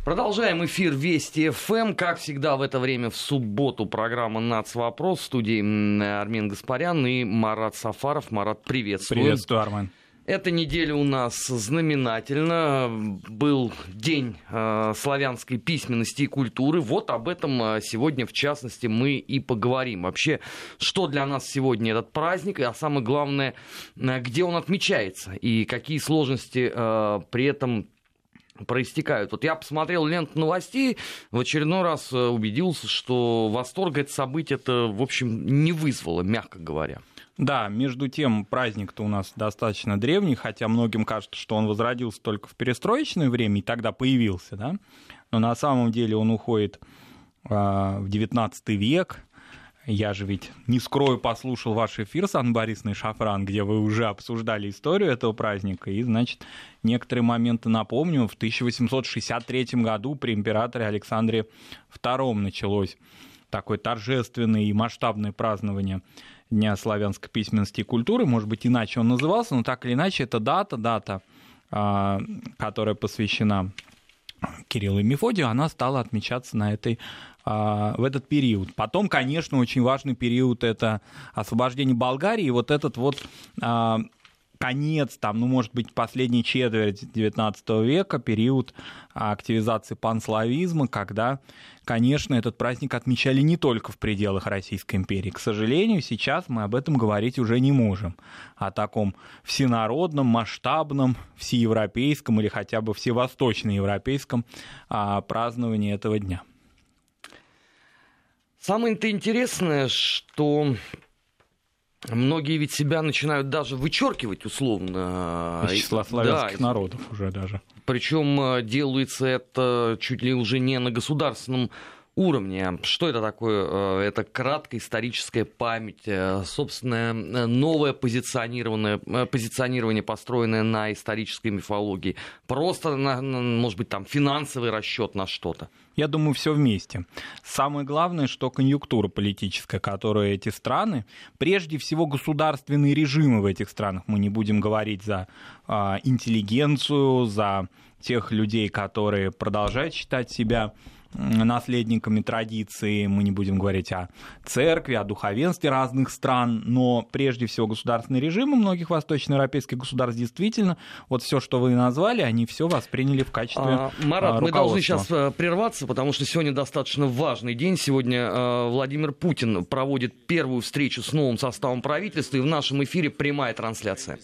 Продолжаем эфир Вести ФМ. Как всегда в это время в субботу программа «Нацвопрос». В студии Армен Гаспарян и Марат Сафаров. Марат, приветствую. Приветствую, Армен. Эта неделя у нас знаменательна. Был День славянской письменности и культуры. Вот об этом сегодня, в частности, мы и поговорим. Вообще, что для нас сегодня этот праздник, а самое главное, где он отмечается и какие сложности при этом проистекают. Вот я посмотрел ленту новостей, в очередной раз убедился, что восторга это событие-то, в общем, не вызвало, мягко говоря. Да, между тем, праздник-то у нас достаточно древний, хотя многим кажется, что он возродился только в перестроечное время и тогда появился, да? Но на самом деле он уходит в XIX век. Я же ведь, не скрою, послушал ваш эфир с Анной Борисовной Шафран, где вы уже обсуждали историю этого праздника, и, значит, некоторые моменты напомню. В 1863 году при императоре Александре II началось такое торжественное и масштабное празднование Дня славянской письменности и культуры. Может быть, иначе он назывался, но так или иначе, это дата, которая посвящена Кириллу и Мефодию, она стала отмечаться в этот период. Потом, конечно, очень важный период — это освобождение Болгарии, и вот этот вот конец, может быть, последняя четверть XIX века, период активизации панславизма, когда, конечно, этот праздник отмечали не только в пределах Российской империи. К сожалению, сейчас мы об этом говорить уже не можем. О таком всенародном, масштабном, всеевропейском или хотя бы всевосточноевропейском праздновании этого дня. Самое-то интересное, что многие ведь себя начинают даже вычеркивать условно из числа славянских народов уже даже. Причем делается это чуть ли уже не на государственном уровне. Что это такое? Это краткая историческая память, собственное новое позиционирование, построенное на исторической мифологии. Просто, может быть, там финансовый расчет на что-то. Я думаю, все вместе. Самое главное, что конъюнктура политическая, которую эти страны, прежде всего государственные режимы в этих странах, мы не будем говорить за интеллигенцию, за тех людей, которые продолжают считать себя наследниками традиции, мы не будем говорить о церкви, о духовенстве разных стран, но прежде всего государственные режимы многих восточноевропейских государств действительно, вот все, что вы назвали, они все восприняли в качестве Марат, мы должны сейчас прерваться, потому что сегодня достаточно важный день. Сегодня Владимир Путин проводит первую встречу с новым составом правительства, и в нашем эфире прямая трансляция.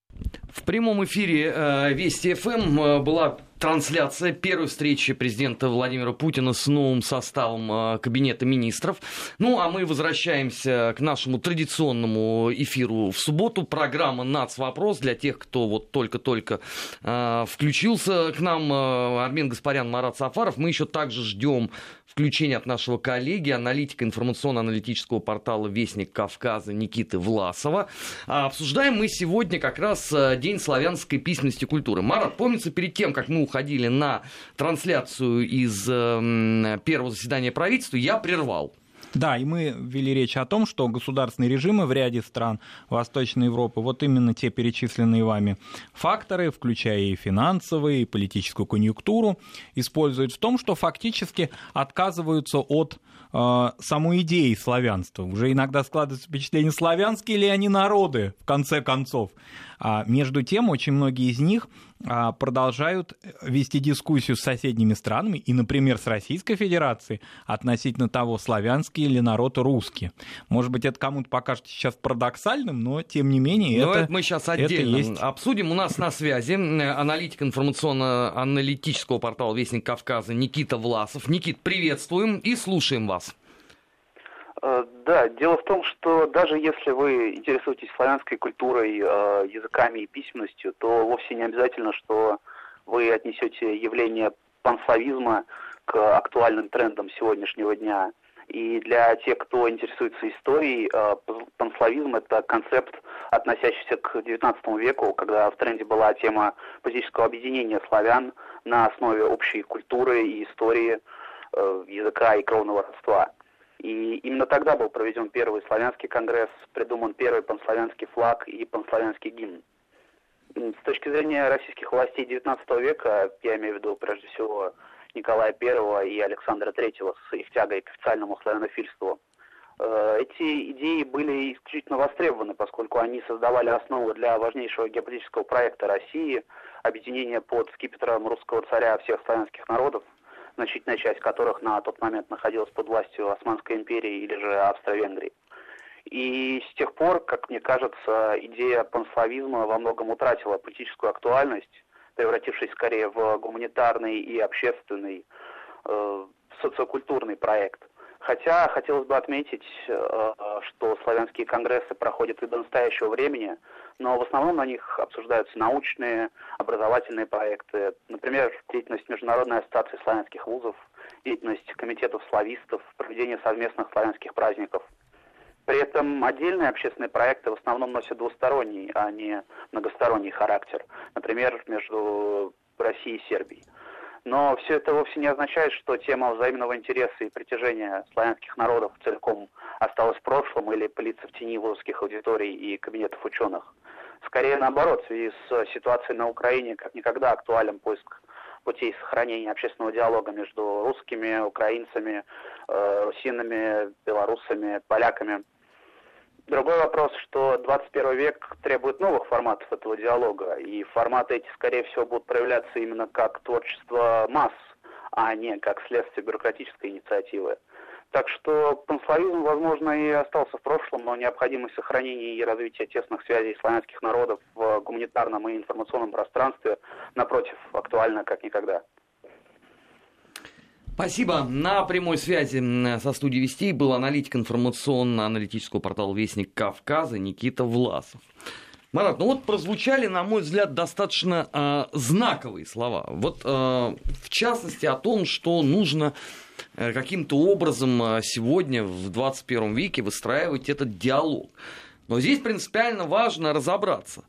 В прямом эфире Вести ФМ была трансляция первой встречи президента Владимира Путина с новым составом Кабинета министров. Ну, а мы возвращаемся к нашему традиционному эфиру в субботу. Программа «Нацвопрос» для тех, кто вот только-только включился к нам. Армен Гаспарян, Марат Сафаров. Мы еще также ждем включения от нашего коллеги, аналитика информационно-аналитического портала «Вестник Кавказа» Никиты Власова. Обсуждаем мы сегодня как раз День славянской письменности и культуры. Марат, помнится, перед тем, как мы уходили на трансляцию из первого заседания правительства, я прервал. Да, и мы ввели речь о том, что государственные режимы в ряде стран Восточной Европы, вот именно те перечисленные вами факторы, включая и финансовые, и политическую конъюнктуру, используют в том, что фактически отказываются от самой идеи славянства. Уже иногда складывается впечатление, славянские ли они народы, в конце концов. Между тем, очень многие из них продолжают вести дискуссию с соседними странами и, например, с Российской Федерацией относительно того, славянский ли народ русский. Может быть, это кому-то покажется сейчас парадоксальным, но, тем не менее, это мы сейчас отдельно обсудим. У нас на связи аналитик информационно-аналитического портала «Вестник Кавказа» Никита Власов. Никит, приветствуем и слушаем вас. Да, дело в том, что даже если вы интересуетесь славянской культурой, языками и письменностью, то вовсе не обязательно, что вы отнесете явление панславизма к актуальным трендам сегодняшнего дня. И для тех, кто интересуется историей, панславизм — это концепт, относящийся к XIX веку, когда в тренде была тема политического объединения славян на основе общей культуры и истории, языка и кровного родства. И именно тогда был проведен первый славянский конгресс, придуман первый панславянский флаг и панславянский гимн. С точки зрения российских властей XIX века, я имею в виду прежде всего Николая I и Александра III с их тягой к официальному славянофильству. Эти идеи были исключительно востребованы, поскольку они создавали основу для важнейшего геополитического проекта России, объединения под скипетром русского царя всех славянских народов, значительная часть которых на тот момент находилась под властью Османской империи или же Австро-Венгрии. И с тех пор, как мне кажется, идея панславизма во многом утратила политическую актуальность, превратившись скорее в гуманитарный и общественный, социокультурный проект. Хотя хотелось бы отметить, что славянские конгрессы проходят и до настоящего времени, но в основном на них обсуждаются научные, образовательные проекты, например, деятельность Международной ассоциации славянских вузов, деятельность комитетов славистов, проведение совместных славянских праздников. При этом отдельные общественные проекты в основном носят двусторонний, а не многосторонний характер, например, между Россией и Сербией. Но все это вовсе не означает, что тема взаимного интереса и притяжения славянских народов целиком осталась в прошлом или пылится в тени вузовских аудиторий и кабинетов ученых. Скорее наоборот, в связи с ситуацией на Украине как никогда актуален поиск путей сохранения общественного диалога между русскими, украинцами, русинами, белорусами, поляками. Другой вопрос, что 21 век требует новых форматов этого диалога, и форматы эти, скорее всего, будут проявляться именно как творчество масс, а не как следствие бюрократической инициативы. Так что панславизм, возможно, и остался в прошлом, но необходимость сохранения и развития тесных связей славянских народов в гуманитарном и информационном пространстве, напротив, актуальна как никогда. Спасибо. На прямой связи со студией Вестей был аналитик информационно-аналитического портала «Вестник Кавказа» Никита Власов. Марат, ну вот прозвучали, на мой взгляд, достаточно знаковые слова. Вот в частности о том, что нужно каким-то образом сегодня, в 21 веке, выстраивать этот диалог. Но здесь принципиально важно разобраться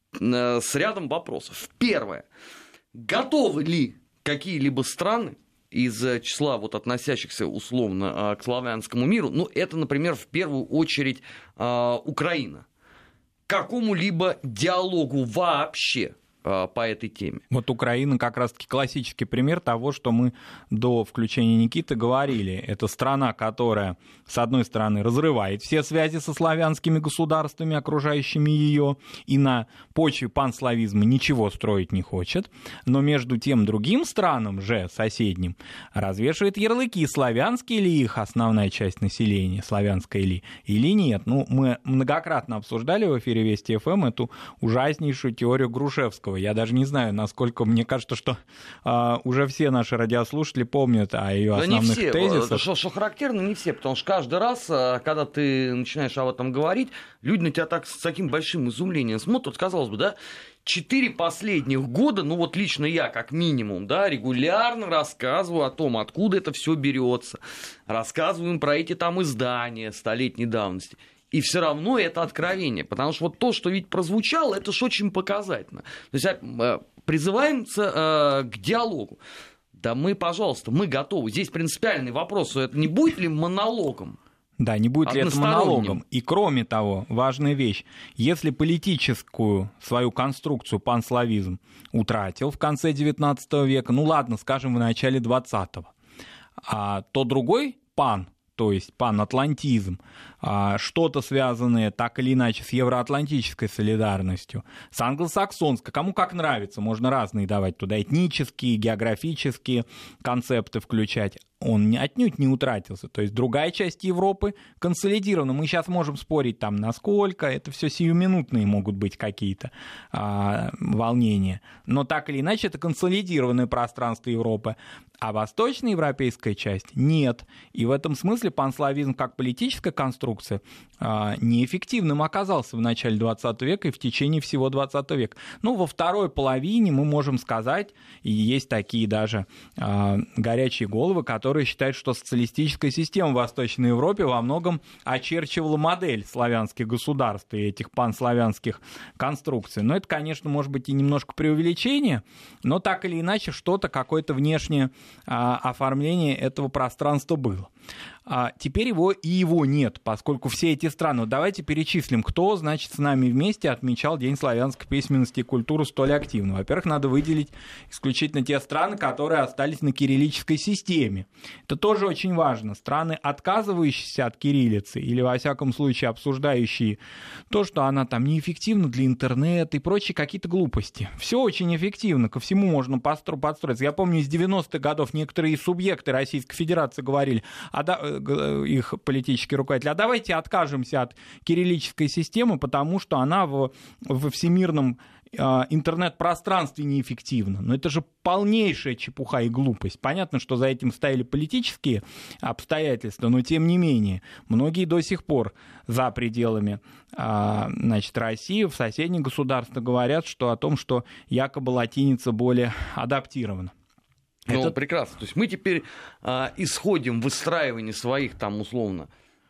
с рядом вопросов. Первое. Готовы ли какие-либо страны из числа вот относящихся условно к славянскому миру, ну это, например, в первую очередь Украина, к какому-либо диалогу вообще по этой теме? Вот Украина как раз-таки классический пример того, что мы до включения Никиты говорили. Это страна, которая, с одной стороны, разрывает все связи со славянскими государствами, окружающими ее, и на почве панславизма ничего строить не хочет, но между тем другим странам же, соседним, развешивает ярлыки, славянские ли их основная часть населения, славянская ли, или нет. Ну, мы многократно обсуждали в эфире Вести ФМ эту ужаснейшую теорию Грушевского. Я даже не знаю, насколько, мне кажется, что уже все наши радиослушатели помнят о ее основных тезисах. Что характерно, не все, потому что каждый раз, когда ты начинаешь об этом говорить, люди на тебя так с таким большим изумлением смотрят, казалось бы, да, 4 последних года, ну вот лично я как минимум, да, регулярно рассказываю о том, откуда это все берется, рассказываем про эти там издания столетней давности. И все равно это откровение, потому что вот то, что ведь прозвучало, это же очень показательно. То есть призываемся к диалогу. Да мы, пожалуйста, мы готовы. Здесь принципиальный вопрос, это не будет ли монологом? Да, не будет ли это монологом. И кроме того, важная вещь, если политическую свою конструкцию панславизм утратил в конце XIX века, ну ладно, скажем, в начале XX, то другой пан, то есть панатлантизм, что-то связанное так или иначе с евроатлантической солидарностью, с англосаксонской, кому как нравится, можно разные давать туда этнические, географические концепты включать, он отнюдь не утратился. То есть другая часть Европы консолидирована. Мы сейчас можем спорить там, насколько, это все сиюминутные могут быть какие-то волнения. Но так или иначе это консолидированное пространство Европы. А восточноевропейская часть нет. И в этом смысле панславизм как политическая конструкция неэффективным оказался в начале 20 века и в течение всего 20 века. Ну, во второй половине мы можем сказать, и есть такие даже горячие головы, которые считают, что социалистическая система в Восточной Европе во многом очерчивала модель славянских государств и этих панславянских конструкций. Но это, конечно, может быть и немножко преувеличение, но так или иначе что-то, какое-то внешнее оформление этого пространства было. теперь его нет, поскольку все эти страны... Давайте перечислим, кто, значит, с нами вместе отмечал День славянской письменности и культуры столь активно. Во-первых, надо выделить исключительно те страны, которые остались на кириллической системе. Это тоже очень важно. Страны, отказывающиеся от кириллицы или, во всяком случае, обсуждающие то, что она там неэффективна для интернета и прочие какие-то глупости. Все очень эффективно, ко всему можно подстроиться. Я помню, из 90-х годов некоторые субъекты Российской Федерации говорили, их политические руководители, давайте откажемся от кириллической системы, потому что она во всемирном интернет-пространстве неэффективна. Но это же полнейшая чепуха и глупость. Понятно, что за этим стояли политические обстоятельства, но тем не менее, многие до сих пор за пределами России, в соседних государствах говорят о том, что якобы латиница более адаптирована. Это прекрасно. То есть мы теперь исходим в выстраивании своих там условно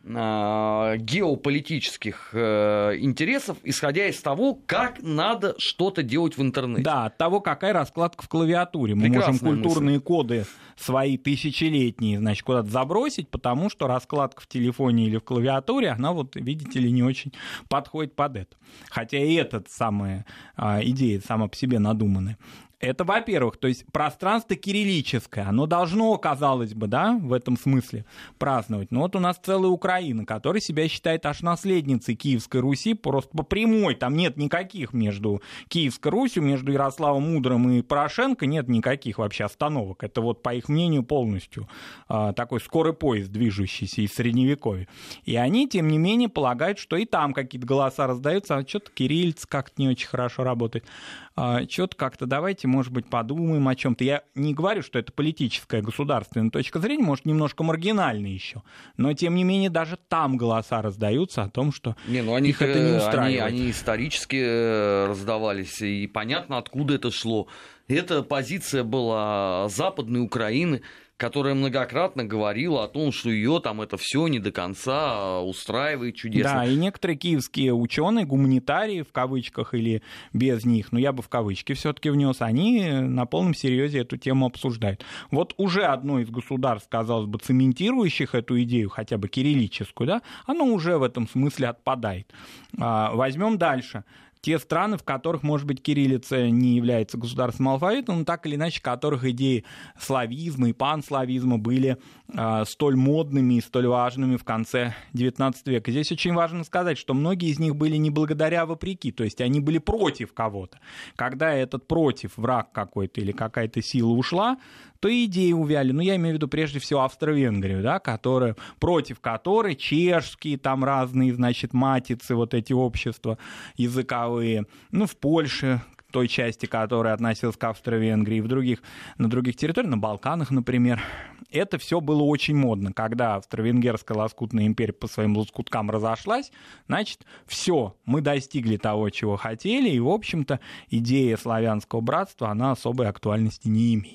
геополитических интересов, исходя из того, как надо что-то делать в интернете. Да, от того, какая раскладка в клавиатуре. Мы можем культурные коды свои тысячелетние, значит, куда-то забросить, потому что раскладка в телефоне или в клавиатуре, она, вот, видите ли, не очень подходит под это. Хотя и эта самая идея сама по себе надуманная. Это, во-первых, то есть пространство кириллическое, оно должно, казалось бы, да, в этом смысле праздновать. Но вот у нас целая Украина, которая себя считает аж наследницей Киевской Руси, просто по прямой, там нет никаких между Киевской Русью, между Ярославом Мудрым и Порошенко, нет никаких вообще остановок. Это вот, по их мнению, полностью такой скорый поезд, движущийся из Средневековья. И они, тем не менее, полагают, что и там какие-то голоса раздаются, а что-то кириллица как-то не очень хорошо работает. Что-то как-то давайте, может быть, подумаем о чем-то. Я не говорю, что это политическая государственная точка зрения, может, немножко маргинальная еще, но, тем не менее, даже там голоса раздаются о том, что их это не устраивает. Они исторически раздавались, и понятно, откуда это шло. Эта позиция была Западной Украины, которая многократно говорила о том, что ее там это все не до конца устраивает чудесно. Да, и некоторые киевские ученые, гуманитарии в кавычках или без них, но я бы в кавычки все-таки внес, они на полном серьезе эту тему обсуждают. Вот уже одно из государств, казалось бы, цементирующих эту идею, хотя бы кириллическую, да, оно уже в этом смысле отпадает. Возьмем дальше. Те страны, в которых, может быть, кириллица не является государственным алфавитом, но так или иначе, в которых идеи славизма и панславизма были столь модными и столь важными в конце XIX века. Здесь очень важно сказать, что многие из них были не благодаря, а вопреки, то есть они были против кого-то. Когда этот против, враг какой-то или какая-то сила ушла, то и идеи увяли. Ну, я имею в виду прежде всего Австро-Венгрию, да, против которой чешские там разные, значит, матицы, вот эти общества языковые, ну, в Польше, той части, которая относилась к Австро-Венгрии, на других территориях, на Балканах, например. Это все было очень модно. Когда Австро-Венгерская лоскутная империя по своим лоскуткам разошлась, значит, все, мы достигли того, чего хотели, и, в общем-то, идея славянского братства, она особой актуальности не имеет.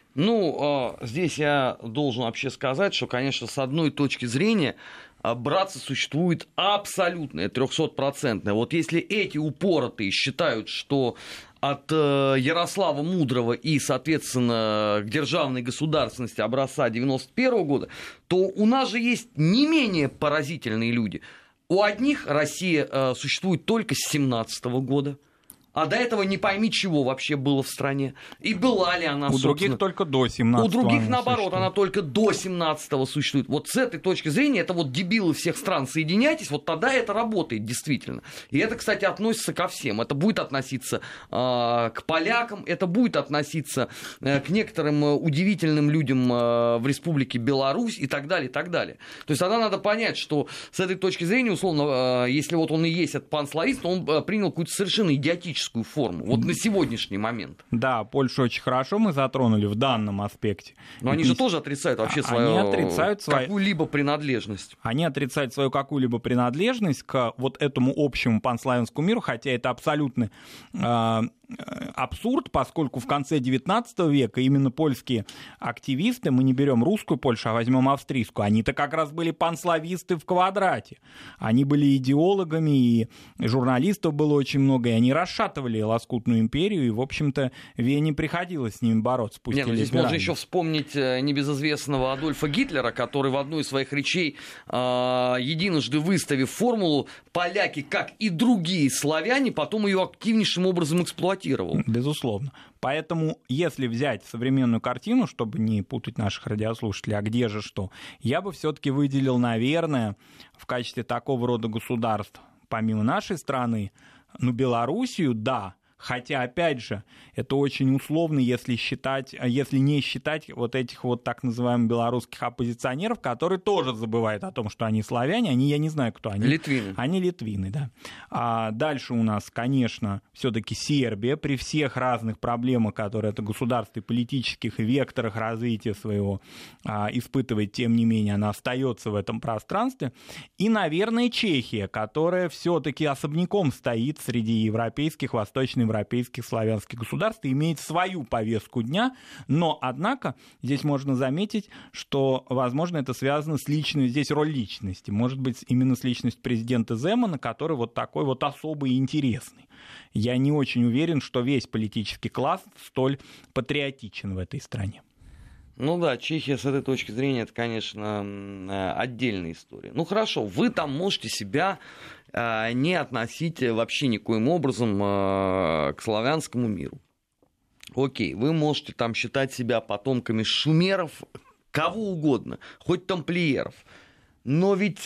Ну, здесь я должен вообще сказать, что, конечно, с одной точки зрения братство существует абсолютное, 300%. Вот если эти упоротые считают, что от Ярослава Мудрого и, соответственно, к державной государственности образца 91 года, то у нас же есть не менее поразительные люди. У одних Россия существует только с 17 года. А до этого не пойми, чего вообще было в стране. И была ли она, у других только до 17-го. У других, наоборот, она только до 17-го существует. Вот с этой точки зрения, это вот дебилы всех стран, соединяйтесь, вот тогда это работает действительно. И это, кстати, относится ко всем. Это будет относиться к полякам, это будет относиться к некоторым удивительным людям в Республике Беларусь и так далее, и так далее. То есть тогда надо понять, что с этой точки зрения, условно, если вот он и есть этот панславист, то он принял какую-то совершенно идиотическую форму, вот на сегодняшний момент. Да, Польшу очень хорошо мы затронули в данном аспекте. Но они же тоже отрицают вообще свою какую-либо принадлежность. Они отрицают свою какую-либо принадлежность к вот этому общему панславянскому миру, хотя это абсолютно абсурд, поскольку в конце XIX века именно польские активисты, мы не берем русскую Польшу, а возьмем австрийскую, они-то как раз были панслависты в квадрате. Они были идеологами, и журналистов было очень много, и они расшатывали лоскутную империю, и, в общем-то, Вене приходилось с ними бороться. Нет, здесь можно еще вспомнить небезызвестного Адольфа Гитлера, который в одной из своих речей, единожды выставив формулу, поляки, как и другие славяне, потом ее активнейшим образом эксплуатировал. Безусловно. Поэтому, если взять современную картину, чтобы не путать наших радиослушателей, а где же что, я бы все-таки выделил, наверное, в качестве такого рода государств, помимо нашей страны, Белоруссию, да. Хотя, опять же, это очень условно, если не считать вот этих вот так называемых белорусских оппозиционеров, которые тоже забывают о том, что они славяне, я не знаю, кто они. Литвины. Они литвины, да. А дальше у нас, конечно, все-таки Сербия, при всех разных проблемах, которые это государство и политических, и векторах развития своего испытывает, тем не менее, она остается в этом пространстве. И, наверное, Чехия, которая все-таки особняком стоит среди европейских, восточноевропейских, славянских государств, и имеет свою повестку дня, но, однако, здесь можно заметить, что, возможно, это связано с личностью, здесь роль личности, может быть, именно с личностью президента Земана, который вот такой вот особый и интересный. Я не очень уверен, что весь политический класс столь патриотичен в этой стране. Ну да, Чехия с этой точки зрения, это, конечно, отдельная история. Ну хорошо, вы там можете себя не относить вообще никоим образом к славянскому миру. Окей, вы можете там считать себя потомками шумеров, кого угодно, хоть тамплиеров. Но ведь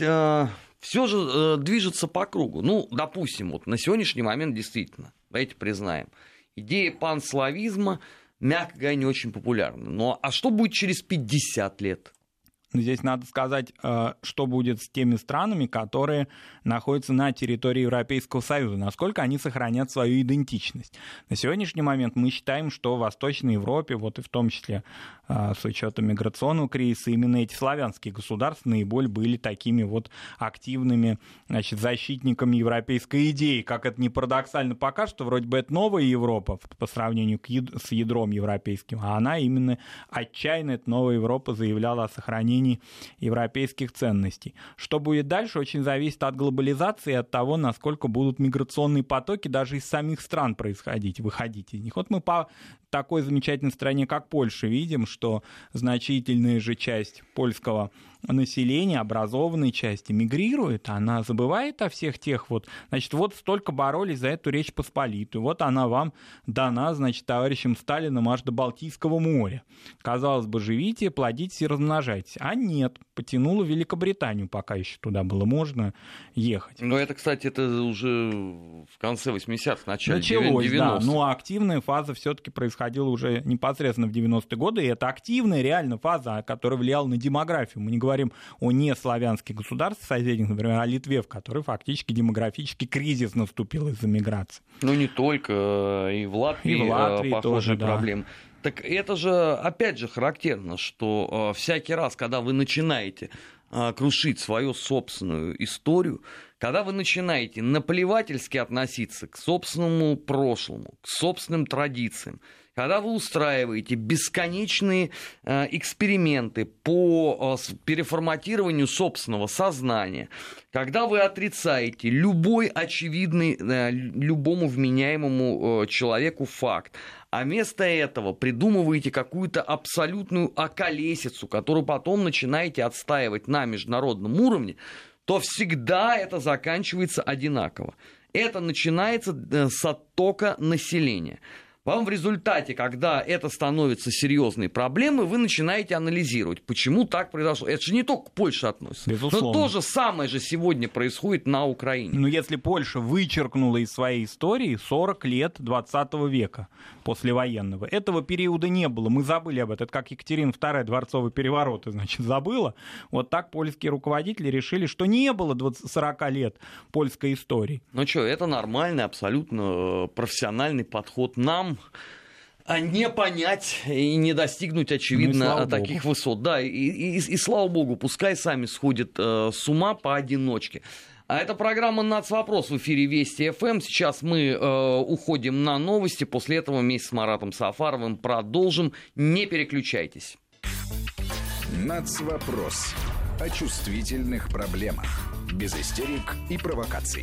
все же движется по кругу. Ну, допустим, вот на сегодняшний момент действительно, давайте признаем, идея панславизма, мягко говоря, не очень популярна. Ну, а что будет через 50 лет? Здесь надо сказать, что будет с теми странами, которые находятся на территории Европейского Союза, насколько они сохранят свою идентичность. На сегодняшний момент мы считаем, что в Восточной Европе, вот и в том числе с учетом миграционного кризиса, именно эти славянские государства наиболее были такими вот активными, значит, защитниками европейской идеи. Как это ни парадоксально пока что, вроде бы это новая Европа по сравнению с ядром европейским, а она именно отчаянно, эта новая Европа, заявляла о сохранении европейских ценностей. Что будет дальше, очень зависит от глобализации и от того, насколько будут миграционные потоки даже из самих стран происходить, выходить из них. Вот мы по такой замечательной стране, как Польша, видим, что значительная же часть польского населения, образованной части, мигрирует, она забывает о всех тех вот, значит, вот столько боролись за эту Речь Посполитую, вот она вам дана, значит, товарищем Сталиным аж до Балтийского моря. Казалось бы, живите, плодитесь и размножайтесь. А нет, потянуло Великобританию, пока еще туда было можно ехать. Но это, кстати, это уже в конце 80-х, начале 90-х. Да, но активная фаза все-таки происходила уже непосредственно в 90-е годы, и это активная реально фаза, которая влияла на демографию. Мы не говорим о неславянских государствах соседних, например, о Литве, в которой фактически демографический кризис наступил из-за миграции. Ну, не только, и в Латвии похожие тоже, проблемы. Да. Так это же, опять же, характерно, что всякий раз, когда вы начинаете крушить свою собственную историю, когда вы начинаете наплевательски относиться к собственному прошлому, к собственным традициям, когда вы устраиваете бесконечные эксперименты по переформатированию собственного сознания, когда вы отрицаете любой очевидный, любому вменяемому человеку факт, а вместо этого придумываете какую-то абсолютную околесицу, которую потом начинаете отстаивать на международном уровне, то всегда это заканчивается одинаково. Это начинается с оттока населения. Вам в результате, когда это становится серьезной проблемой, вы начинаете анализировать, почему так произошло. Это же не только к Польше относится. Безусловно. Но то же самое же сегодня происходит на Украине. Но если Польша вычеркнула из своей истории 40 лет 20 века послевоенного, этого периода не было. Мы забыли об этом. Это как Екатерина II дворцовый переворот, значит, забыла. Вот так польские руководители решили, что не было 40 лет польской истории. Ну что, это нормальный, абсолютно профессиональный подход нам, не понять и не достигнуть, очевидно, таких высот. Да, и слава богу, пускай сами сходят с ума поодиночке. А это программа «Нацвопрос» в эфире Вести ФМ. Сейчас мы уходим на новости. После этого вместе с Маратом Сафаровым продолжим. Не переключайтесь. «Нацвопрос» о чувствительных проблемах. Без истерик и провокаций.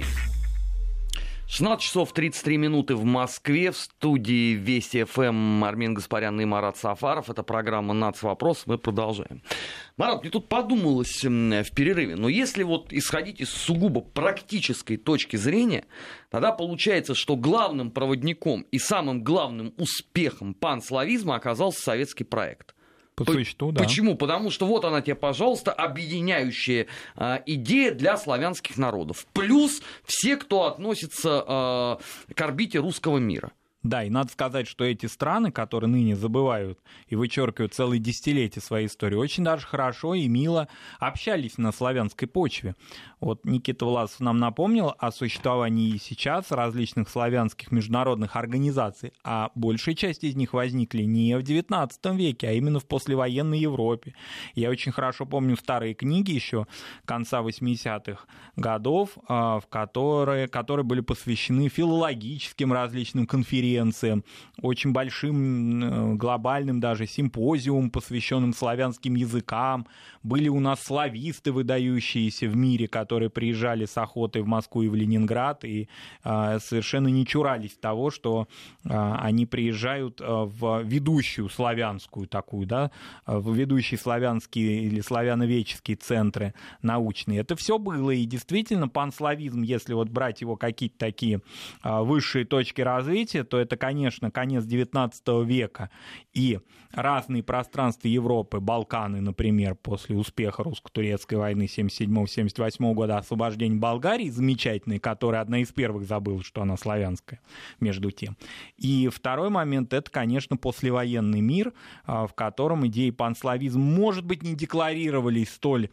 16 часов 33 минуты в Москве. В студии Вести ФМ Армен Гаспарян и Марат Сафаров. Это программа «Нацвопрос». Мы продолжаем. Марат, мне тут подумалось в перерыве, но если вот исходить из сугубо практической точки зрения, тогда получается, что главным проводником и самым главным успехом панславизма оказался советский проект. По существу, да. Почему? Потому что вот она тебе, пожалуйста, объединяющая идея для славянских народов. Плюс все, кто относится к орбите русского мира. Да, и надо сказать, что эти страны, которые ныне забывают и вычеркивают целые десятилетия своей истории, очень даже хорошо и мило общались на славянской почве. Вот Никита Власов нам напомнил о существовании и сейчас различных славянских международных организаций, а большая часть из них возникли не в XIX веке, а именно в послевоенной Европе. Я очень хорошо помню старые книги еще конца 80-х годов, которые были посвящены филологическим различным конференциям, очень большим глобальным даже симпозиумом, посвященным славянским языкам. Были у нас слависты, выдающиеся в мире, которые приезжали с охотой в Москву и в Ленинград и совершенно не чурались того, что они приезжают в ведущую славянскую такую, да, в ведущие славянские или славяноведческие центры научные. Это все было, и действительно панславизм, если вот брать его какие-то такие высшие точки развития, то это, конечно, конец XIX века и разные пространства Европы, Балканы, например, после успеха русско-турецкой войны 1977-1978 года, освобождение Болгарии, замечательной, которая одна из первых забыла, что она славянская, между тем. И второй момент, это, конечно, послевоенный мир, в котором идеи панславизма, может быть, не декларировались столь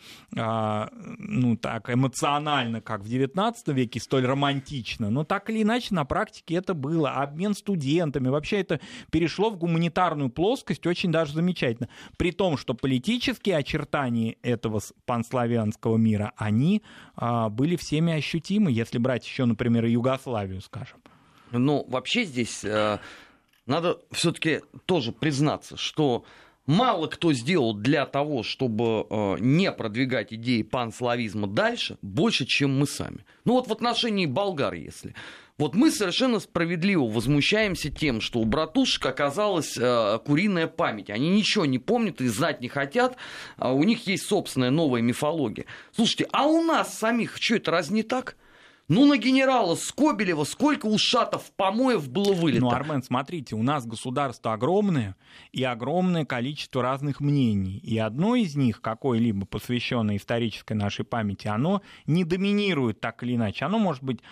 так эмоционально, как в XIX веке, столь романтично, но так или иначе на практике это было. Обмен студентами, вообще это перешло в гуманитарную плоскость очень даже замечательно. При том, что политические очертания этого панславянского мира, они были всеми ощутимы, если брать еще, например, Югославию, скажем. Ну, вообще здесь надо все-таки тоже признаться, что мало кто сделал для того, чтобы не продвигать идеи панславизма дальше, больше, чем мы сами. Ну вот в отношении болгар, если... Вот мы совершенно справедливо возмущаемся тем, что у братушек оказалась куриная память. Они ничего не помнят и знать не хотят, у них есть собственная новая мифология. Слушайте, а у нас самих что, это разве не так? Ну, на генерала Скобелева сколько ушатов помоев было вылито. Ну, Армен, смотрите, у нас государство огромное и огромное количество разных мнений. И одно из них, какое-либо посвященное исторической нашей памяти, оно не доминирует так или иначе. Оно может быть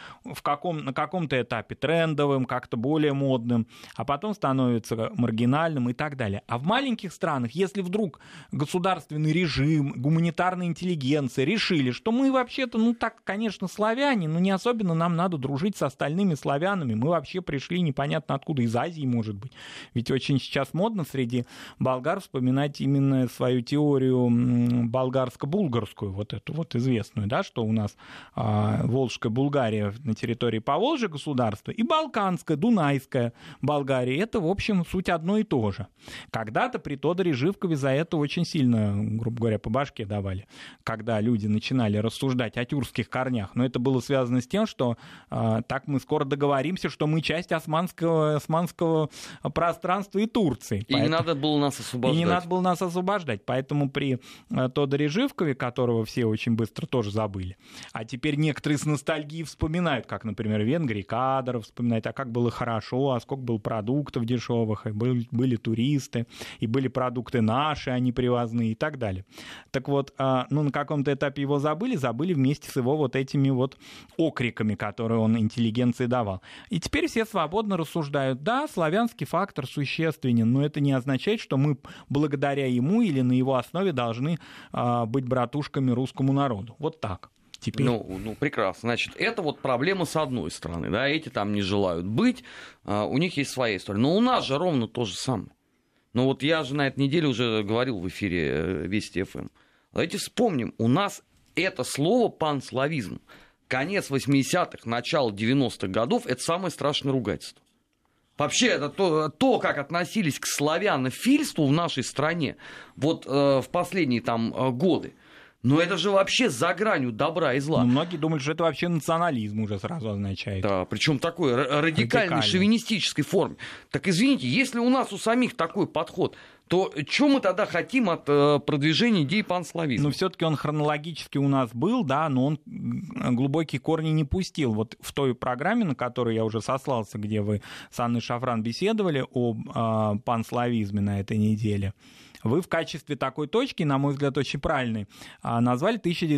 на каком-то этапе трендовым, как-то более модным, а потом становится маргинальным и так далее. А в маленьких странах, если вдруг государственный режим, гуманитарная интеллигенция решили, что мы вообще-то, ну так, конечно, славяне, но не особенно нам надо дружить с остальными славянами. Мы вообще пришли непонятно откуда, из Азии, может быть. Ведь очень сейчас модно среди болгар вспоминать именно свою теорию болгарско-булгарскую, вот эту вот известную, да, что у нас Волжская Булгария на территории Поволжья государства и Балканская, Дунайская Болгария. Это, в общем, суть одно и то же. Когда-то при Тодоре Живкове за это очень сильно, грубо говоря, по башке давали, когда люди начинали рассуждать о тюркских корнях. Но это было связано с тем, что так мы скоро договоримся, что мы часть османского пространства и Турции. И не надо было нас освобождать. И не надо было нас освобождать. Поэтому при Тодоре Живкове, которого все очень быстро тоже забыли, а теперь некоторые с ностальгией вспоминают, как, например, Венгрий Кадаров вспоминает, а как было хорошо, а сколько было продуктов дешевых, и были туристы, и были продукты наши, а не привозные и так далее. Так вот, на каком-то этапе его забыли вместе с его вот этими вот окриками, которые он интеллигенции давал. И теперь все свободно рассуждают. Да, славянский фактор существенен, но это не означает, что мы благодаря ему или на его основе должны быть братушками русскому народу. Вот так. Теперь... Ну, прекрасно. Значит, это вот проблема с одной стороны. Да, эти там не желают быть, у них есть своя история. Но у нас же ровно то же самое. Ну вот я же на этой неделе уже говорил в эфире Вести ФМ. Давайте вспомним, у нас это слово панславизм конец 80-х, начало 90-х годов, это самое страшное ругательство. Вообще, это то, как относились к славянофильству в нашей стране вот в последние там годы. Но это же вообще за гранью добра и зла. Но многие думают, что это вообще национализм уже сразу означает. Да, причем такой радикальной шовинистической форме. Так извините, если у нас у самих такой подход, то что мы тогда хотим от продвижения идей панславизма? Но все-таки он хронологически у нас был, да, но он глубокие корни не пустил. Вот в той программе, на которую я уже сослался, где вы с Анной Шафран беседовали о панславизме на этой неделе, вы в качестве такой точки, на мой взгляд, очень правильной, назвали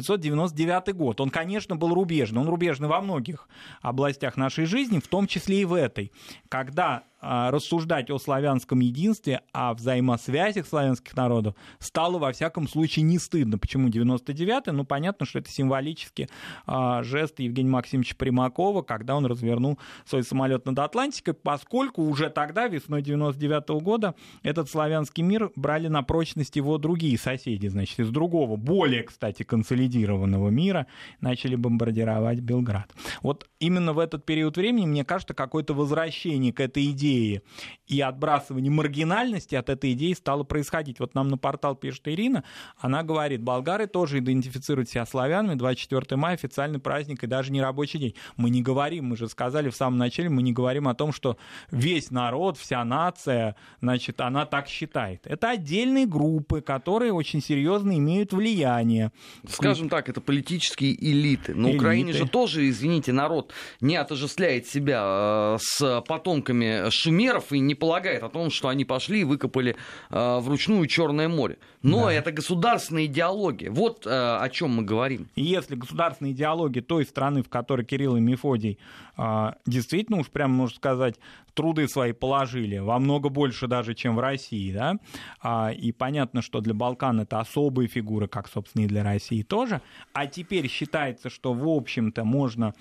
1999 год. Он, конечно, был рубежный. Он рубежный во многих областях нашей жизни, в том числе и в этой. Когда рассуждать о славянском единстве, о взаимосвязях славянских народов стало, во всяком случае, не стыдно. Почему 99-й? Ну, понятно, что это символический жест Евгения Максимовича Примакова, когда он развернул свой самолет над Атлантикой, поскольку уже тогда, весной 99-го года, этот славянский мир брали на прочность его другие соседи, значит, из другого, более, кстати, консолидированного мира, начали бомбардировать Белград. Вот именно в этот период времени, мне кажется, какое-то возвращение к этой идее и отбрасывание маргинальности от этой идеи стало происходить. Вот нам на портал пишет Ирина, она говорит, болгары тоже идентифицируют себя славянами, 24 мая официальный праздник и даже не рабочий день. Мы не говорим, мы же сказали в самом начале, мы не говорим о том, что весь народ, вся нация, значит, она так считает. Это отдельные группы, которые очень серьезно имеют влияние. Скажем так, это политические элиты. На Украине же тоже, извините, народ не отождествляет себя с потомками шумеров и не полагает о том, что они пошли и выкопали вручную Черное море. Но это государственная идеология. Вот о чем мы говорим. И если государственная идеология той страны, в которой Кирилл и Мефодий действительно, уж прямо можно сказать, труды свои положили, во много больше даже, чем в России, да, и понятно, что для Балкан это особые фигуры, как, собственно, и для России тоже, а теперь считается, что, в общем-то, можно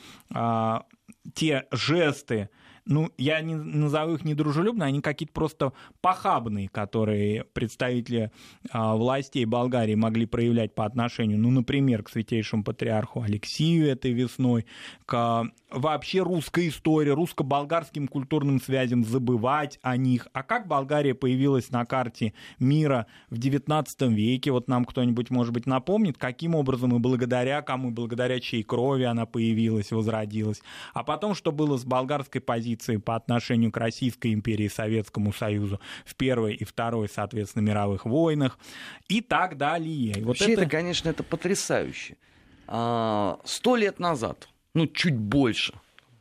те жесты, ну, я не назову их недружелюбно, они какие-то просто похабные, которые представители властей Болгарии могли проявлять по отношению, ну, например, к святейшему патриарху Алексию этой весной, к вообще русской истории, русско-болгарским культурным связям, забывать о них. А как Болгария появилась на карте мира в XIX веке? Вот нам кто-нибудь, может быть, напомнит, каким образом и благодаря кому, благодаря чьей крови она появилась, возродилась. А потом, что было с болгарской позицией по отношению к Российской империи и Советскому Союзу в Первой и Второй, соответственно, мировых войнах и так далее. И вот вообще это, конечно, это потрясающе. 100 лет назад, ну, чуть больше,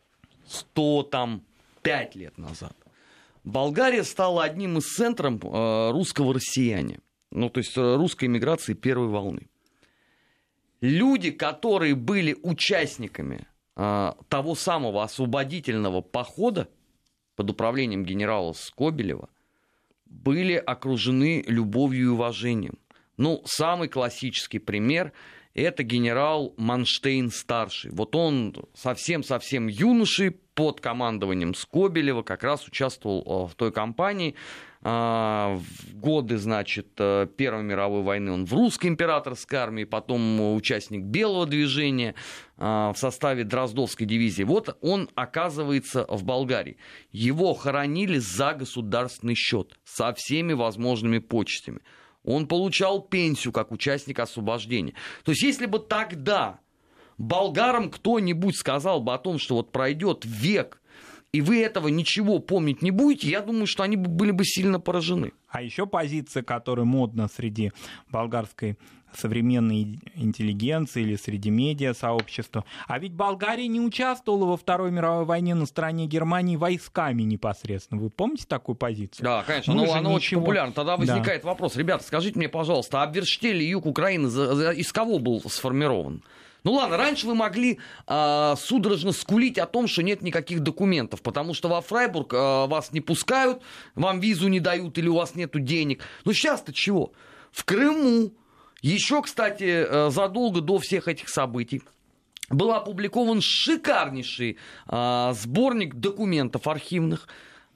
105 лет назад, Болгария стала одним из центров русского россияния, ну, то есть русской эмиграции первой волны. Люди, которые были участниками того самого освободительного похода под управлением генерала Скобелева, были окружены любовью и уважением. Ну, самый классический пример – это генерал Манштейн-старший. Вот он совсем-совсем юношей под командованием Скобелева как раз участвовал в той кампании. В годы, значит, Первой мировой войны он в русской императорской армии, потом участник Белого движения в составе Дроздовской дивизии. Вот он оказывается в Болгарии. Его хоронили за государственный счет со всеми возможными почестями. Он получал пенсию как участник освобождения. То есть, если бы тогда болгарам кто-нибудь сказал бы о том, что вот пройдет век, и вы этого ничего помнить не будете, я думаю, что они были бы сильно поражены. А еще позиция, которая модна среди болгарской современной интеллигенции или среди медиасообщества. А ведь Болгария не участвовала во Второй мировой войне на стороне Германии войсками непосредственно. Вы помните такую позицию? Да, конечно, она очень популярна. Тогда возникает вопрос. Ребята, скажите мне, пожалуйста, а Обверштель и юг Украины из кого был сформирован? Ну ладно, раньше вы могли судорожно скулить о том, что нет никаких документов, потому что во Фрайбург вас не пускают, вам визу не дают или у вас нету денег. Но сейчас-то чего? В Крыму, еще, кстати, задолго до всех этих событий, был опубликован шикарнейший сборник документов архивных,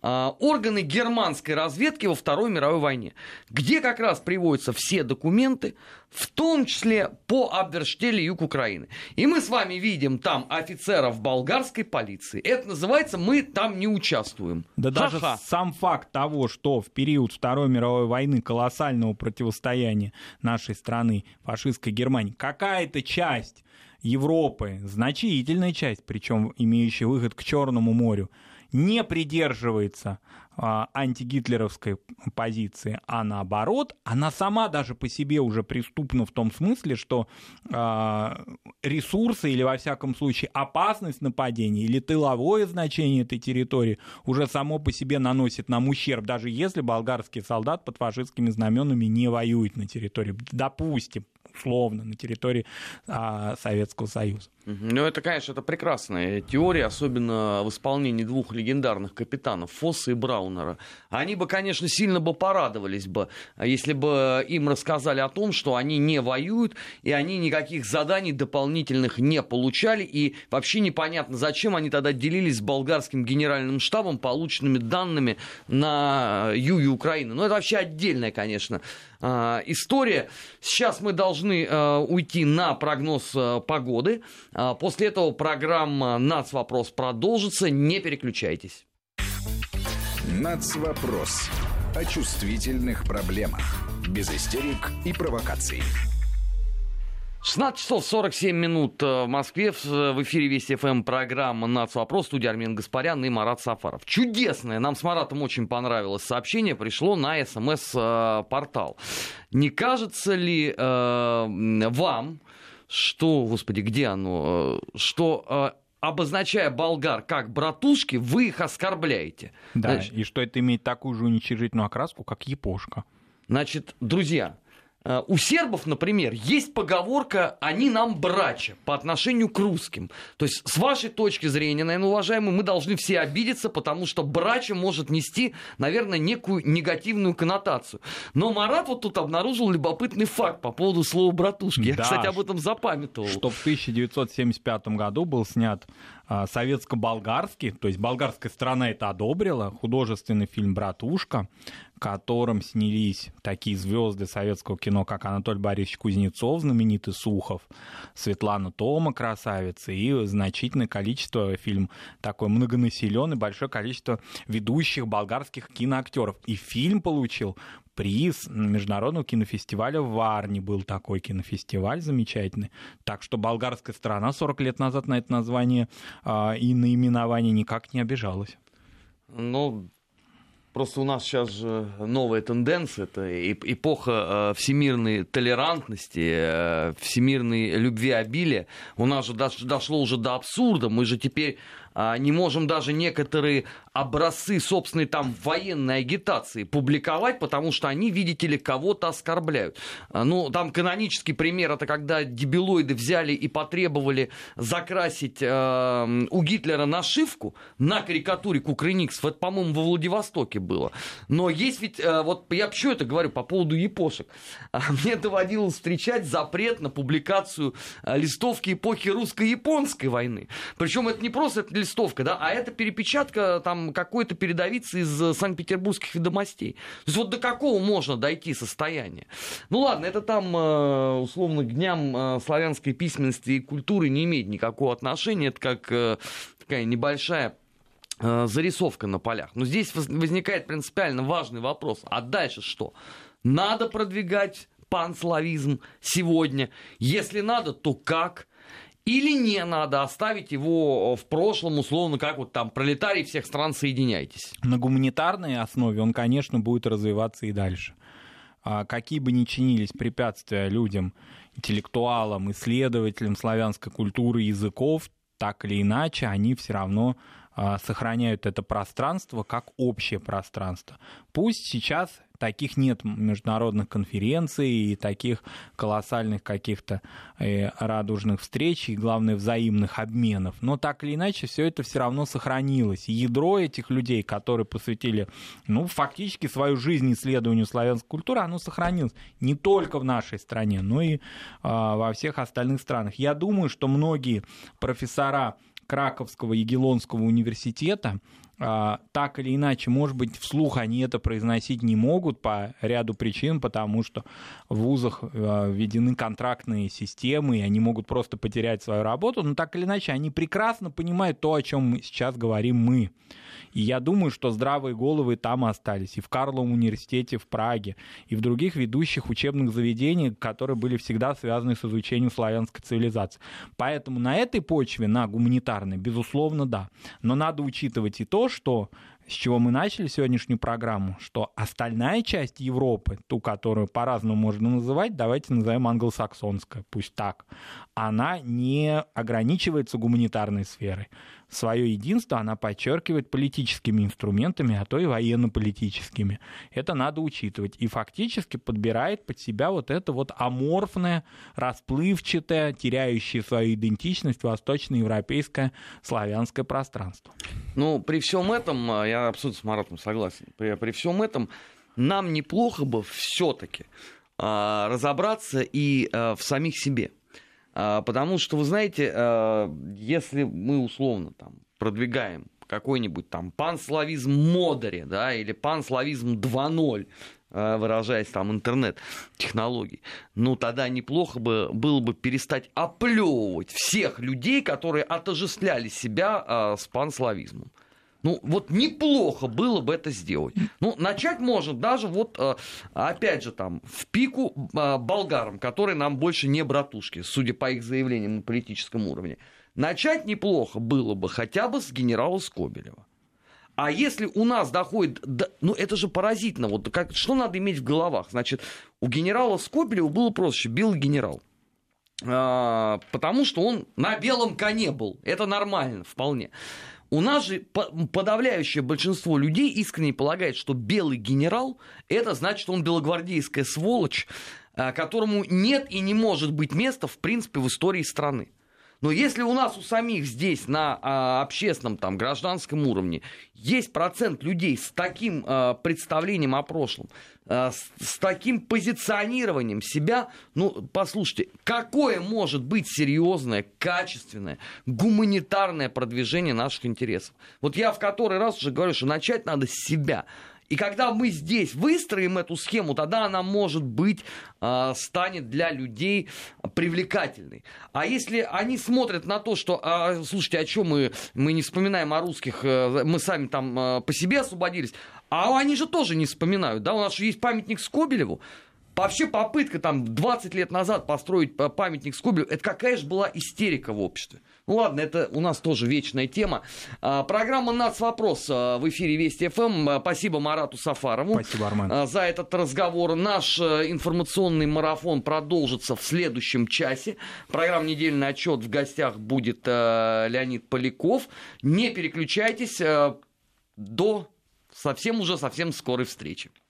органы германской разведки во Второй мировой войне, где как раз приводятся все документы, в том числе по Абверштеле, юг Украины. И мы с вами видим там офицеров болгарской полиции. Это называется «мы там не участвуем». Да даже сам факт того, что в период Второй мировой войны колоссального противостояния нашей страны, фашистской Германии, какая-то часть Европы, значительная часть, причем имеющая выход к Черному морю, не придерживается антигитлеровской позиции, а наоборот, она сама даже по себе уже преступна в том смысле, что ресурсы или, во всяком случае, опасность нападения или тыловое значение этой территории уже само по себе наносит нам ущерб, даже если болгарский солдат под фашистскими знаменами не воюет на территории, допустим, условно, на территории Советского Союза. Ну, это, конечно, это прекрасная теория, особенно в исполнении двух легендарных капитанов, Фосса и Браунера. Они бы, конечно, сильно бы порадовались бы, если бы им рассказали о том, что они не воюют, и они никаких заданий дополнительных не получали, и вообще непонятно, зачем они тогда делились с болгарским генеральным штабом полученными данными на юге Украины. Ну, это вообще отдельная, конечно, история. Сейчас мы должны уйти на прогноз погоды. После этого программа «Нацвопрос» продолжится. Не переключайтесь. «Нацвопрос» о чувствительных проблемах. Без истерик и провокаций. 16 часов 47 минут в Москве. В эфире Вести ФМ программа «Нацвопрос». Студия Армен Гаспарян и Марат Сафаров. Чудесное, нам с Маратом очень понравилось сообщение, пришло на СМС-портал. Не кажется ли вам, что, господи, где оно, что, обозначая болгар как братушки, вы их оскорбляете? Да, значит, и что это имеет такую же уничижительную окраску, как япошка. Значит, друзья, у сербов, например, есть поговорка «они нам братья» по отношению к русским. То есть, с вашей точки зрения, наверное, уважаемые, мы должны все обидеться, потому что братья может нести, наверное, некую негативную коннотацию. Но Марат вот тут обнаружил любопытный факт по поводу слова «братушки». Я, да, кстати, об этом запамятовал. Что в 1975 году был снят советско-болгарский, то есть болгарская сторона это одобрила, художественный фильм «Братушка», в котором снялись такие звезды советского кино, как Анатолий Борисович Кузнецов, знаменитый Сухов, Светлана Тома, красавица, и значительное количество, фильм такой многонаселенный, большое количество ведущих болгарских киноактеров. И фильм получил приз международного кинофестиваля в Варне, был такой кинофестиваль замечательный. Так что болгарская сторона 40 лет назад на это название и наименование никак не обижалась. Ну, просто у нас сейчас же новая тенденция, это эпоха всемирной толерантности, всемирной любвеобилия. У нас же дошло уже до абсурда, мы же теперь не можем даже некоторые образцы собственной там военной агитации публиковать, потому что они, видите ли, кого-то оскорбляют. Ну, там канонический пример, это когда дебилоиды взяли и потребовали закрасить у Гитлера нашивку на карикатуре кукрыниксов. Это, по-моему, во Владивостоке было. Но есть ведь, вот я почему это говорю по поводу япошек. Мне доводилось встречать запрет на публикацию листовки эпохи русско-японской войны. Причем это не просто листовка, да, а это перепечатка там какой-то передовицы из Санкт-Петербургских ведомостей. То есть вот до какого можно дойти состояния? Ну ладно, это там условно к дням славянской письменности и культуры не имеет никакого отношения. Это как такая небольшая зарисовка на полях. Но здесь возникает принципиально важный вопрос. А дальше что? Надо продвигать панславизм сегодня? Если надо, то как? Или не надо оставить его в прошлом, условно, как вот там пролетарии всех стран, соединяйтесь? На гуманитарной основе он, конечно, будет развиваться и дальше. Какие бы ни чинились препятствия людям, интеллектуалам, исследователям славянской культуры и языков, так или иначе, они все равно сохраняют это пространство как общее пространство. Пусть сейчас таких нет международных конференций и таких колоссальных каких-то радужных встреч и, главное, взаимных обменов, но так или иначе все это все равно сохранилось. И ядро этих людей, которые посвятили, ну, фактически свою жизнь исследованию славянской культуры, оно сохранилось не только в нашей стране, но и во всех остальных странах. Я думаю, что многие профессора Краковского Ягеллонского университета так или иначе, может быть, вслух они это произносить не могут по ряду причин, потому что в вузах введены контрактные системы, и они могут просто потерять свою работу, но так или иначе они прекрасно понимают то, о чем мы сейчас говорим мы. И я думаю, что здравые головы там остались, и в Карловом университете в Праге, и в других ведущих учебных заведениях, которые были всегда связаны с изучением славянской цивилизации. Поэтому на этой почве, на гуманитарной, безусловно, да. Но надо учитывать и то, что, с чего мы начали сегодняшнюю программу, что остальная часть Европы, ту, которую по-разному можно называть, давайте назовем англосаксонская, пусть так, она не ограничивается гуманитарной сферой. Свое единство она подчеркивает политическими инструментами, а то и военно-политическими. Это надо учитывать. И фактически подбирает под себя вот это вот аморфное, расплывчатое, теряющее свою идентичность восточноевропейское славянское пространство. Ну, при всем этом, я абсолютно с Маратом согласен, при всем этом нам неплохо бы все-таки разобраться и в самих себе. Потому что, вы знаете, если мы условно там продвигаем какой-нибудь там панславизм модере, да, или панславизм 2.0, выражаясь там интернет-технологий, ну тогда неплохо было бы перестать оплевывать всех людей, которые отождествляли себя с панславизмом. Ну, вот неплохо было бы это сделать. Ну, начать можно даже вот, опять же, там, в пику болгарам, которые нам больше не братушки, судя по их заявлениям на политическом уровне. Начать неплохо было бы хотя бы с генерала Скобелева. А если у нас доходит... Ну, это же поразительно. Вот что надо иметь в головах? Значит, у генерала Скобелева было прозвище «Белый генерал». Потому что он на белом коне был. Это нормально, вполне. У нас же подавляющее большинство людей искренне полагает, что белый генерал – это значит, он белогвардейская сволочь, которому нет и не может быть места, в принципе, в истории страны. Но если у нас у самих здесь на общественном, там, гражданском уровне есть процент людей с таким представлением о прошлом, с таким позиционированием себя, ну, послушайте, какое может быть серьезное, качественное, гуманитарное продвижение наших интересов? Вот я в который раз уже говорю, что начать надо с себя. И когда мы здесь выстроим эту схему, тогда она, может быть, станет для людей привлекательной. А если они смотрят на то, что, слушайте, а что мы не вспоминаем о русских, мы сами там по себе освободились, а они же тоже не вспоминают, да, у нас же есть памятник Скобелеву. Вообще попытка там 20 лет назад построить памятник Скобелеву, это какая же была истерика в обществе. Ну ладно, это у нас тоже вечная тема. Программа «Нацвопрос» в эфире Вести ФМ. Спасибо Марату Сафарову. Спасибо, Армен. За этот разговор. Наш информационный марафон продолжится в следующем часе. Программа «Недельный отчет». В гостях будет Леонид Поляков. Не переключайтесь. До совсем скорой встречи.